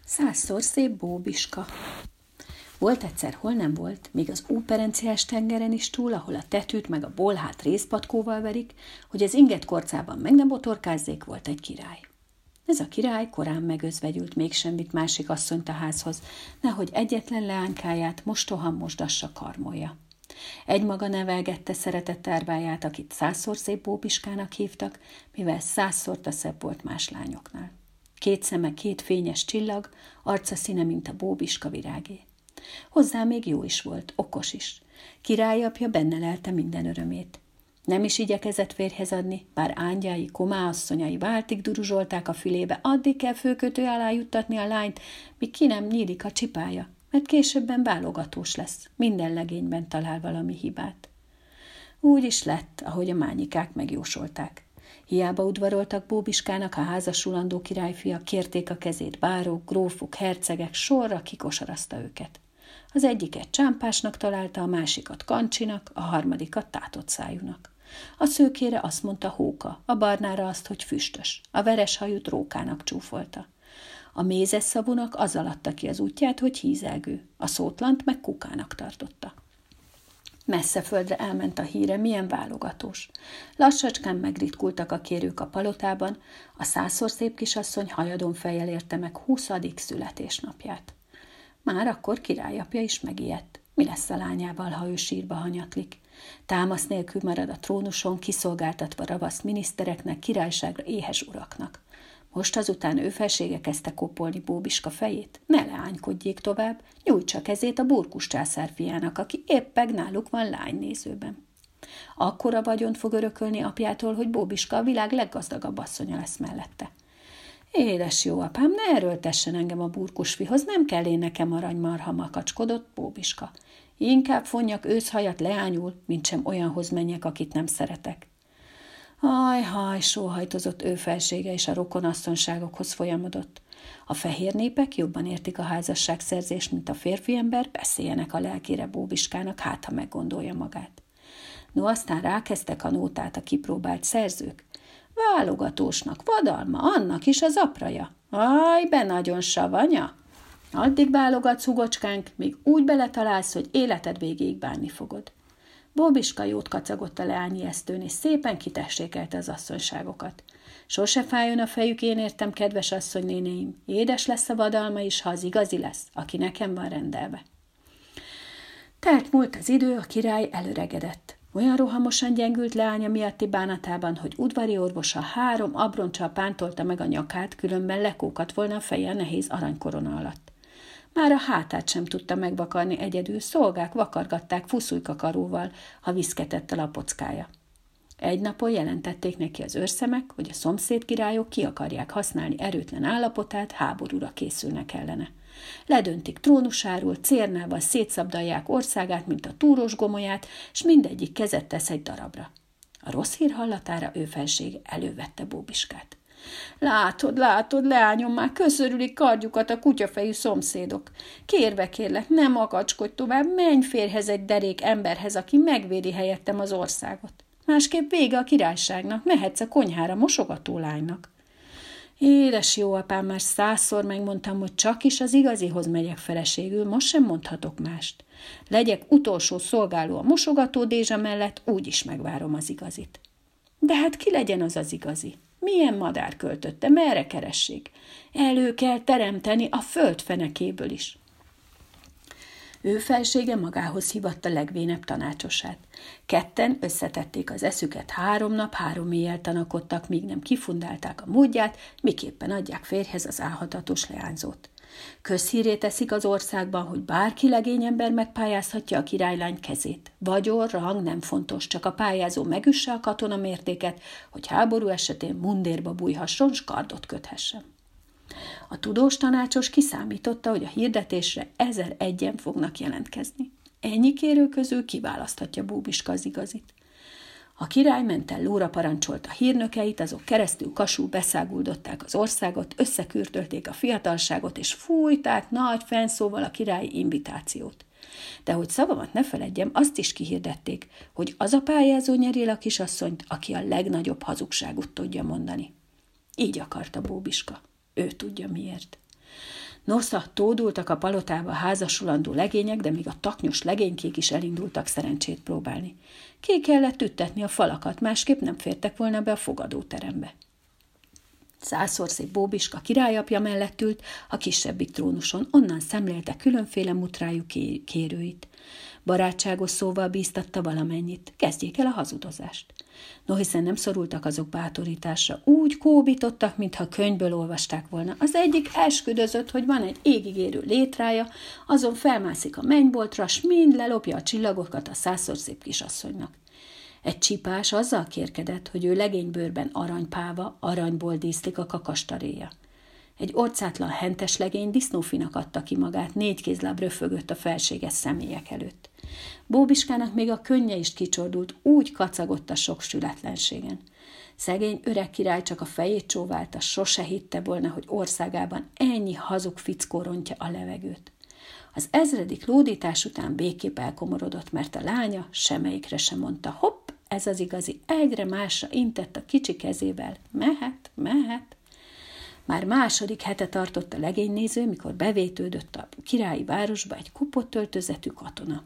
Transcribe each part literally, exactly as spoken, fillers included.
Százszor szép Bóbiska. Volt egyszer, hol nem volt, még az Óperenciás tengeren is túl, ahol a tetűt meg a bolhát rézpatkóval verik, hogy az inget korcában meg nem botorkázzék, volt egy király. Ez a király korán megözvegyült, mégsem vitt másik asszonyt a házhoz, nehogy egyetlen leánykáját mostohan mosdassa karmolja. Egymaga nevelgette szeretett árváját, akit százszor szép Bóbiskának hívtak, mivel százszorta szebb volt más lányoknál. Két szeme, két fényes csillag, arca színe, mint a Bóbiska virágé. Hozzá még jó is volt, okos is. Királyapja benne lelte minden örömét. Nem is igyekezett férjhez adni, bár ángyái, komáasszonyai váltig duruzsolták a fülébe, addig kell főkötő alá juttatni a lányt, míg ki nem nyílik a csipája, mert későbben válogatós lesz, minden legényben talál valami hibát. Úgy is lett, ahogy a mányikák megjósolták. Hiába udvaroltak Bóbiskának a házasulandó királyfia, kérték a kezét bárók, grófok, hercegek, sorra kikosarazta őket. Az egyiket csámpásnak találta, a másikat kancsinak, a harmadikat tátott szájúnak. A szőkére azt mondta hóka, a barnára azt, hogy füstös, a veres hajút rókának csúfolta. A mézes szabunak azzal adta ki az útját, hogy hízelgő, a szótlant meg kukának tartotta. Messze földre elment a híre, milyen válogatós. Lassacskán megritkultak a kérők a palotában, a százszor szép kisasszony hajadon fejjel érte meg huszadik születésnapját. Már akkor királyapja is megijedt. Mi lesz a lányával, ha ő sírba hanyatlik? Támasz nélkül marad a trónuson, kiszolgáltatva ravasz minisztereknek, királyságra éhes uraknak. Most azután ő felsége kezdte kopolni Bóbiska fejét. Ne leánykodjék tovább, nyújtsa kezét a burkus császár fiának, aki éppen náluk van lánynézőben. Akkora vagyont fog örökölni apjától, hogy Bóbiska a világ leggazdagabb asszonya lesz mellette. Édes jó apám, ne erőltessen engem a burkusfihoz, nem kell én nekem aranymarha, makacskodott Bóbiska. Inkább fonjak őszhajat leányul, mint sem olyanhoz menjek, akit nem szeretek. Haj-haj, sóhajtozott ő felsége, és a rokonasszonyságokhoz folyamodott. A fehér népek jobban értik a házasságszerzést, mint a férfi ember, beszéljenek a lelkére Bóbiskának, hát ha meggondolja magát. No, aztán rákezdtek a nótát a kipróbált szerzők. Válogatósnak, vadalma, annak is az apraja. Aj, be nagyon savanya! Addig válogatsz, hugocskánk, míg úgy beletalálsz, hogy életed végéig bánni fogod. Bóbiska jót kacagott a leányi esztőn, és szépen kitessékelte az asszonyságokat. Sose fájjon a fejük, én értem, kedves asszonynénéim. Édes lesz a vadalma is, ha az igazi lesz, aki nekem van rendelve. Telt múlt az idő, a király előregedett. Olyan rohamosan gyengült leánya miatti bánatában, hogy udvari orvosa három abroncsal pántolta meg a nyakát, különben lekókat volna a feje a nehéz aranykorona alatt. Már a hátát sem tudta megvakarni egyedül, szolgák vakargatták fuszulykakaróval, ha viszketett a lapockája. Egy napon jelentették neki az őrszemek, hogy a szomszéd királyok ki akarják használni erőtlen állapotát, háborúra készülnek ellene. Ledöntik trónusáról, cérnával szétszabdalják országát, mint a túros gomolyát, s mindegyik kezet tesz egy darabra. A rossz hír hallatára ő felsége elővette Bóbiskát. Látod, látod, leányom, már köszörülik kardjukat a kutyafejű szomszédok. Kérve kérlek, ne makacskodj tovább, menj férjhez egy derék emberhez, aki megvédi helyettem az országot. Másképp vége a királyságnak, mehetsz a konyhára mosogató lánynak. Édes jó apám, már százszor megmondtam, hogy csak is az igazihoz megyek feleségül, most sem mondhatok mást. Legyek utolsó szolgáló a mosogató dézsa mellett, úgyis megvárom az igazit. De hát ki legyen az az igazi? Milyen madár költötte, merre keressék? Elő kell teremteni a föld fenekéből is. Ő felsége magához hívatta legvénebb tanácsosát. Ketten összetették az eszüket, három nap, három éjjel tanakodtak, míg nem kifundálták a módját, miképpen adják férjhez az álhatatos leányzót. Közhírét teszik az országban, hogy bárki legény ember megpályázhatja a királylány kezét. Vagyon, rang nem fontos, csak a pályázó megüsse a katona mértéket, hogy háború esetén mundérba bújhasson, s kardot köthessen. A tudós tanácsos kiszámította, hogy a hirdetésre ezer egyen fognak jelentkezni. Ennyi kérő közül kiválaszthatja Bóbiska az igazit. A király ment el, lóra parancsolta hírnökeit, azok keresztül kasul beszáguldották az országot, összekürtölték a fiatalságot, és fújták nagy fennszóval a királyi invitációt. De hogy szavamat ne feledjem, azt is kihirdették, hogy az a pályázó nyeri el a kisasszonyt, aki a legnagyobb hazugságot tudja mondani. Így akarta Bóbiska. Ő tudja miért. Nosza, tódultak a palotába házasulandó legények, de még a taknyos legénykék is elindultak szerencsét próbálni. Ki kellett üttetni a falakat, másképp nem fértek volna be a fogadóterembe. Százszorszép Bóbiska királyapja mellett ült a kisebbik trónuson, onnan szemlélte különféle mutrájú kérőit. Barátságos szóval bíztatta valamennyit, kezdjék el a hazudozást. No, hiszen nem szorultak azok bátorításra, úgy kóbítottak, mintha könyvből olvasták volna. Az egyik esküdözött, hogy van egy égig érő létrája, azon felmászik a mennyboltra, s mind lelopja a csillagokat a százszorszép kisasszonynak. Egy csipás azzal kérkedett, hogy ő legénybőrben aranypáva, aranyból díszlik a kakastaréja. Egy orcátlan hentes legény disznófinak adta ki magát, négy kézláb röfögött a felséges személyek előtt. Bóbiskának még a könnye is kicsordult, úgy kacagott a sok sületlenségen. Szegény öreg király csak a fejét csóválta, sose hitte volna, hogy országában ennyi hazug fickó rontja a levegőt. Az ezredik lódítás után végképp elkomorodott, mert a lánya semmelyikre sem mondta, hopp, ez az igazi, egyre másra intett a kicsi kezével, mehet, mehet. Már második hete tartott a legénynéző, mikor bevétődött a királyi városba egy kupott öltözetű katona.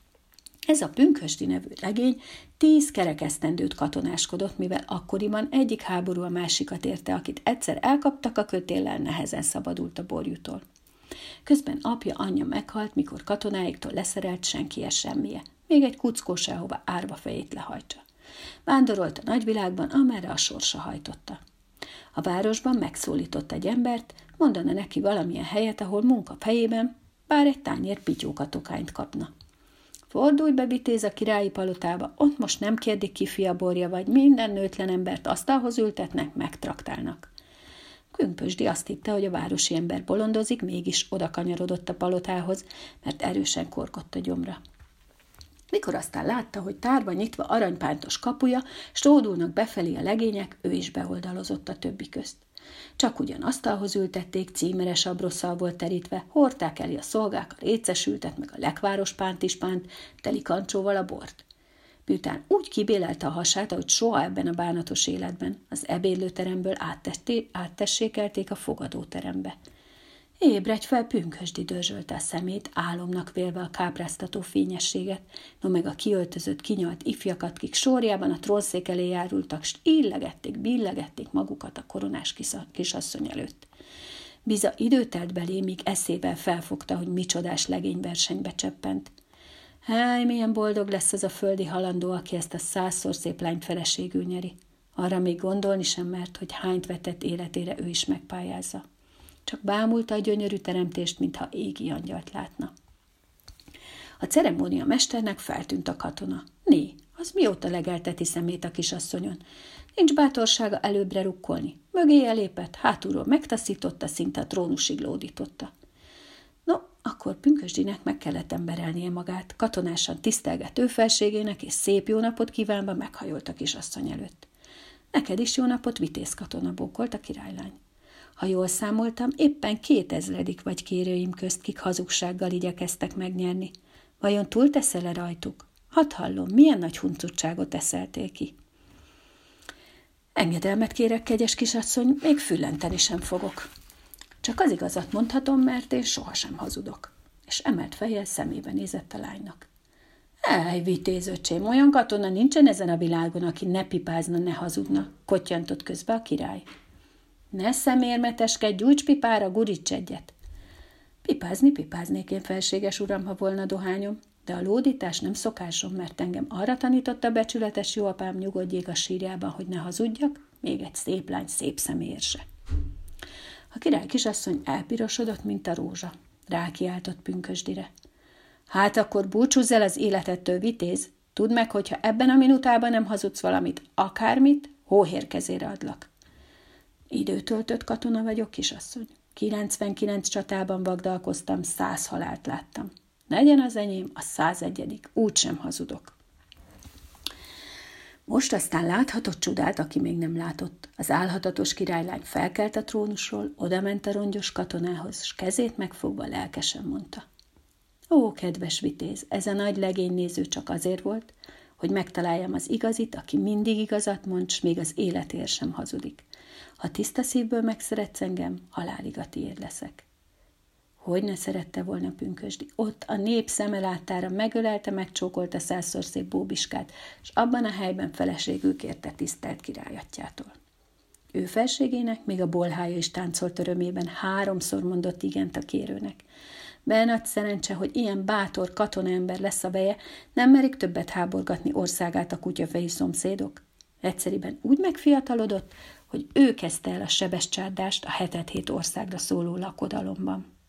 Ez a Pünkösdi nevű legény tíz kerekesztendőt katonáskodott, mivel akkoriban egyik háború a másikat érte, akit egyszer elkaptak a kötéllel, nehezen szabadult a borjútól. Közben apja, anyja meghalt, mikor katonáiktól leszerelt senkie semmije, még egy kuckó sehova árva fejét lehajtsa. Vándorolt a nagyvilágban, amerre a sorsa hajtotta. A városban megszólított egy embert, mondana neki valamilyen helyet, ahol munka fejében, bár egy tányér pityókatokányt kapna. Fordulj be, vitéz, a királyi palotába, ott most nem kérdik ki fia borja, vagy minden nőtlen embert asztalhoz ültetnek, megtraktálnak. Pünkösdi azt hitte, hogy a városi ember bolondozik, mégis oda kanyarodott a palotához, mert erősen korgott a gyomra. Mikor aztán látta, hogy tárba nyitva aranypántos kapuja, s ródulnak befelé a legények, ő is beoldalozott a többi közt. Csak ugyan asztalhoz ültették, címeres abrosszal volt terítve, hordták elé a szolgák a récesültet, meg a lekváros pánt-ispánt, teli kancsóval a bort. Miután úgy kibélelte a hasát, ahogy soha ebben a bánatos életben, az ebédlőteremből áttessékelték a fogadóterembe. Ébredj fel, Pünkösdi, dörzsölte a szemét, álomnak vélve a kápráztató fényességet, no meg a kiöltözött, kinyalt ifjakat, kik sorjában a trónszék elé járultak, s illegették, billegették magukat a koronás kisasszony előtt. Biza idő telt belé, míg eszével felfogta, hogy micsodás legényversenybe cseppent. Háj, milyen boldog lesz az a földi halandó, aki ezt a százszor szép lányt feleségül nyeri. Arra még gondolni sem mert, hogy hányt vetett életére ő is megpályázza. Csak bámulta a gyönyörű teremtést, mintha égi angyalt látna. A ceremónia mesternek feltűnt a katona. Né, az mióta legelteti szemét a kisasszonyon. Nincs bátorsága előbbre rukkolni. Mögéje lépett, hátulról megtaszította, szinte a trónusig lódította. No, akkor Pünkösdinek meg kellett emberelnie magát, katonásan tisztelgett ő felségének, és szép jó napot kívánva meghajolt a kisasszony előtt. Neked is jó napot, vitéz katona, bókolt a királylány. Ha jól számoltam, éppen kétezredik vagy kérőim közt, kik hazugsággal igyekeztek megnyerni. Vajon túl teszel-e rajtuk? Hadd hallom, milyen nagy huncutságot eszeltél ki. Engedelmet kérek, kegyes kisasszony, még füllenteni sem fogok. Csak az igazat mondhatom, mert én sohasem hazudok. És emelt fejjel szemébe nézett a lánynak. Ej, vitéz öcsém, olyan katona nincsen ezen a világon, aki ne pipázna, ne hazudna, kottyantott közbe a király. Ne szemérmeteskedj, gyújts pipára, guríts egyet. Pipázni pipáznék én, felséges uram, ha volna dohányom, de a lódítás nem szokásom, mert engem arra tanította becsületes jó apám, nyugodjék a sírjában, hogy ne hazudjak, még egy szép lány szép szeméért se. A király kisasszony elpirosodott, mint a rózsa. Rákiáltott Pünkösdire. Hát akkor búcsúzz el az életettől, vitéz, tudd meg, hogyha ebben a minutában nem hazudsz valamit, akármit, hóhér kezére adlak. Időtöltött katona vagyok, kisasszony. kilencvenkilenc csatában vagdalkoztam, száz halált láttam. Legyen az enyém a százegyedik, úgysem hazudok. Most aztán láthatott csodát, aki még nem látott. Az álhatatos királylány felkelt a trónusról, odament a rongyos katonához, s kezét megfogva lelkesen mondta. Ó, kedves vitéz, ez a nagy legénynéző csak azért volt, hogy megtaláljam az igazit, aki mindig igazat mond, s még az életér sem hazudik. Ha tiszta szívből megszeretsz engem, halálig a tiéd leszek. Hogy ne szerette volna pünkösdi. Ott a nép szeme láttára megölelte, megcsókolta százszor szép Bóbiskát, és abban a helyben feleségül kérte tisztelt királyatjától. Ő felségének még a bolhája is táncolt örömében, háromszor mondott igent a kérőnek. De nagy szerencse, hogy ilyen bátor katonaember lesz a veje, nem merik többet háborgatni országát a kutyafejű szomszédok. Egyszeriben úgy megfiatalodott, hogy ő kezdte el a sebes csárdást a hetet hét országra szóló lakodalomban.